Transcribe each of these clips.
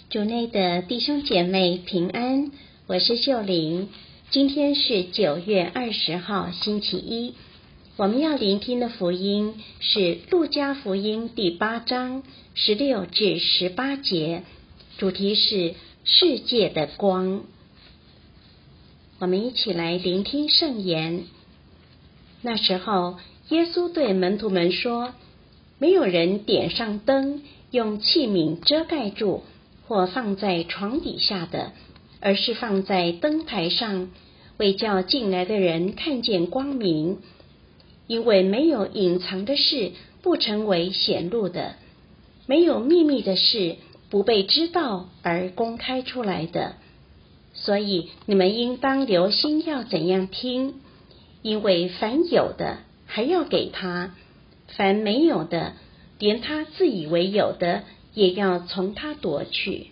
主内的弟兄姐妹平安，我是秀玲。今天是9月20号星期一，我们要聆听的福音是路加福音第8章16至18节，主题是世界的光。我们一起来聆听圣言。那时候，耶稣对门徒们说，没有人点上灯，用器皿遮盖住，或放在床底下的，而是放在灯台上，为叫进来的人看见光明。因为没有隐藏的事不成为显露的，没有秘密的事不被知道而公开出来的。所以你们应当留心要怎样听，因为凡有的还要给他，凡没有的，连他自以为有的也要从他夺去。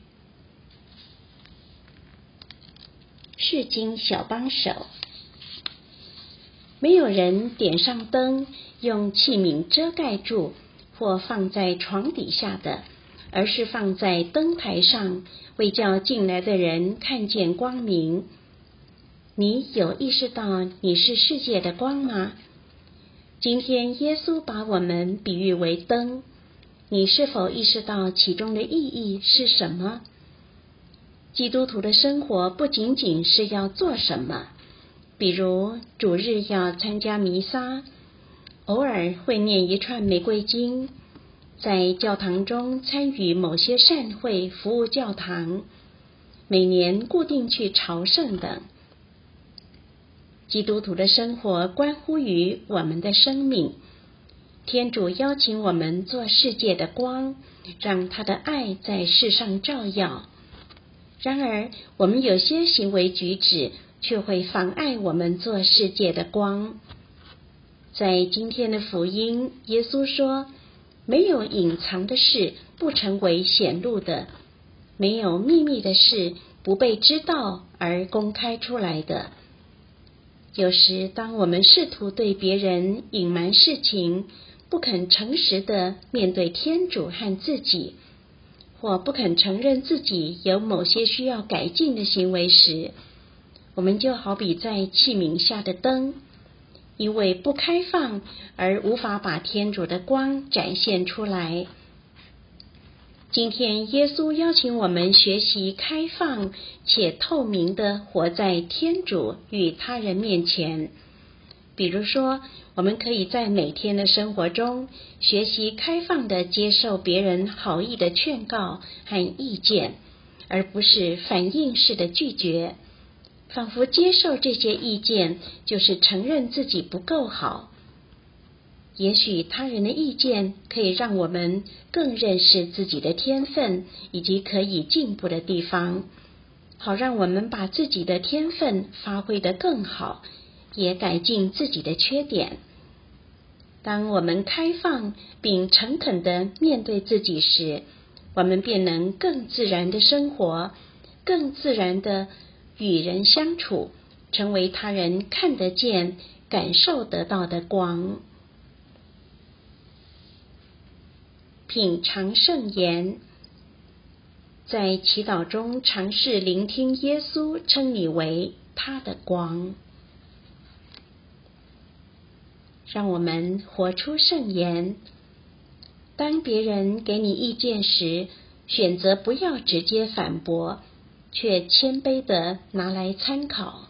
释经小帮手。没有人点上灯，用器皿遮盖住，或放在床底下的，而是放在灯台上，为叫进来的人看见光明。你有意识到你是世界的光吗？今天耶稣把我们比喻为灯，你是否意识到其中的意义是什么？基督徒的生活不仅仅是要做什么，比如主日要参加弥撒，偶尔会念一串玫瑰经，在教堂中参与某些善会服务教堂，每年固定去朝圣等。基督徒的生活关乎于我们的生命，天主邀请我们做世界的光，让他的爱在世上照耀。然而，我们有些行为举止却会妨碍我们做世界的光。在今天的福音，耶稣说，没有隐藏的事不成为显露的，没有秘密的事不被知道而公开出来的。有时，当我们试图对别人隐瞒事情，不肯诚实地面对天主和自己，或不肯承认自己有某些需要改进的行为时，我们就好比在器皿下的灯，因为不开放而无法把天主的光展现出来。今天耶稣邀请我们学习开放且透明地活在天主与他人面前。比如说，我们可以在每天的生活中学习开放地接受别人好意的劝告和意见，而不是反应式的拒绝，仿佛接受这些意见就是承认自己不够好。也许他人的意见可以让我们更认识自己的天分以及可以进步的地方，好让我们把自己的天分发挥得更好，也改进自己的缺点。当我们开放并诚恳地面对自己时，我们便能更自然地生活，更自然地与人相处，成为他人看得见、感受得到的光。品尝圣言，在祈祷中尝试聆听耶稣称你为他的光。让我们活出圣言。当别人给你意见时，选择不要直接反驳，却谦卑地拿来参考。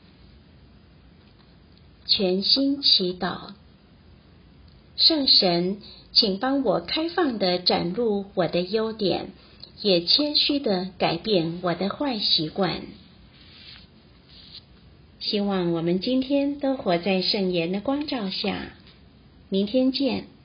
全心祈祷。圣神，请帮我开放地展露我的优点，也谦虚地改变我的坏习惯。希望我们今天都活在圣言的光照下。明天见。